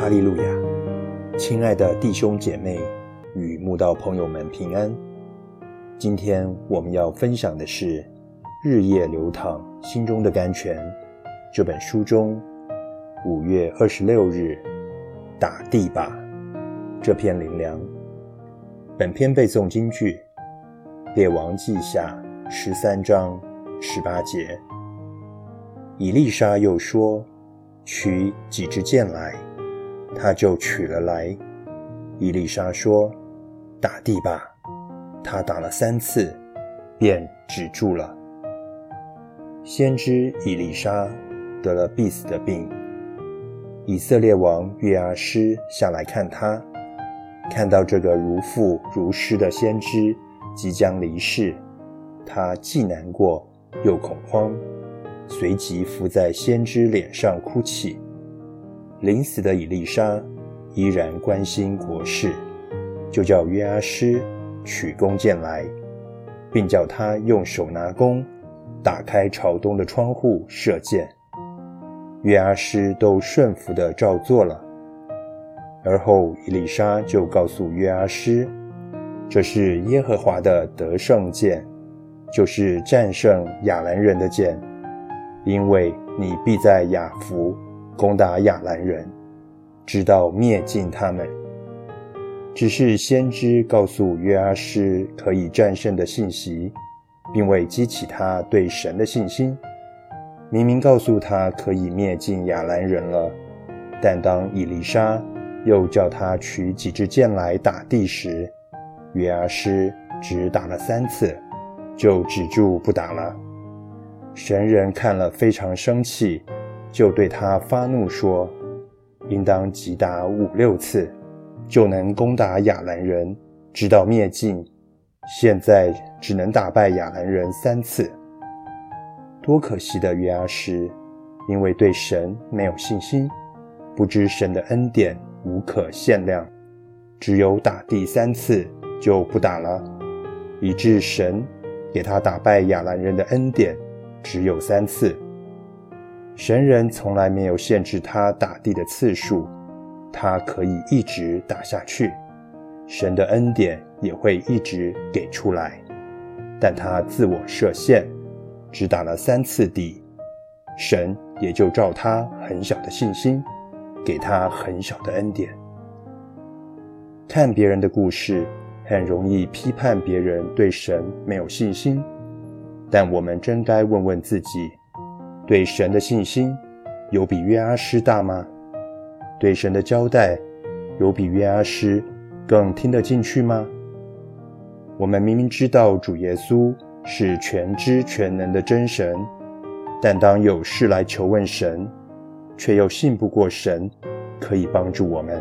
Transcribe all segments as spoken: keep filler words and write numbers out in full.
哈利路亚！亲爱的弟兄姐妹与慕道朋友们平安。今天我们要分享的是《日夜流淌心中的甘泉》这本书中五月二十六日打地吧这篇灵粮。本篇背诵金句列王记下十三章十八节。以利沙又说，取几支箭来，他就取了来。以利沙说，打地吧，他打了三次，便止住了。先知以利沙得了必死的病，以色列王约阿施下来看他，看到这个如父如师的先知即将离世，他既难过又恐慌，随即伏在先知脸上哭泣。临死的以利沙依然关心国事，就叫约阿施取弓箭来，并叫他用手拿弓，打开朝东的窗户射箭。约阿施都顺服地照做了。而后以利沙就告诉约阿施，这是耶和华的得胜箭，就是战胜亚兰人的箭，因为你必在雅弗攻打亚兰人，直到灭尽他们。只是先知告诉约阿施可以战胜的信息，并未激起他对神的信心。明明告诉他可以灭尽亚兰人了，但当以利沙又叫他取几支箭来打地时，约阿施只打了三次，就止住不打了。神人看了非常生气，就对他发怒说，应当击打五六次，就能攻打亚兰人，直到灭尽。现在只能打败亚兰人三次。多可惜的约阿施，因为对神没有信心，不知神的恩典无可限量，只有打第三次就不打了，以致神给他打败亚兰人的恩典只有三次。神人从来没有限制他打地的次数，他可以一直打下去，神的恩典也会一直给出来。但他自我设限，只打了三次地，神也就照他很小的信心，给他很小的恩典。看别人的故事，很容易批判别人对神没有信心，但我们真该问问自己，对神的信心有比约阿施大吗？对神的交代有比约阿施更听得进去吗？我们明明知道主耶稣是全知全能的真神，但当有事来求问神，却又信不过神可以帮助我们。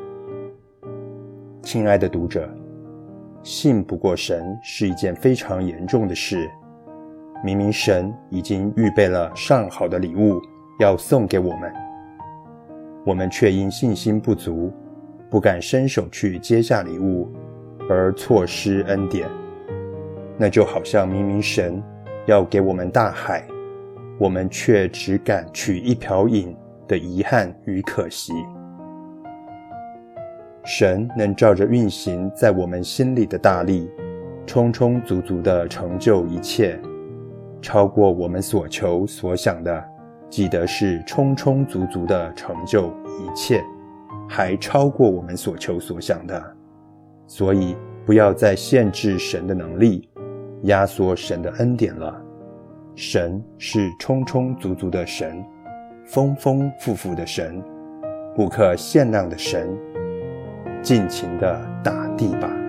亲爱的读者，信不过神是一件非常严重的事。明明神已经预备了上好的礼物要送给我们，我们却因信心不足，不敢伸手去接下礼物，而错失恩典。那就好像明明神要给我们大海，我们却只敢取一瓢饮的遗憾与可惜。神能照着运行在我们心里的大力，充充足足地成就一切，超过我们所求所想的，记得是充充足足地成就一切，还超过我们所求所想的。所以不要再限制神的能力，压缩神的恩典了。神是充充足足的神，丰丰富富的神，不可限量的神。尽情地打地吧。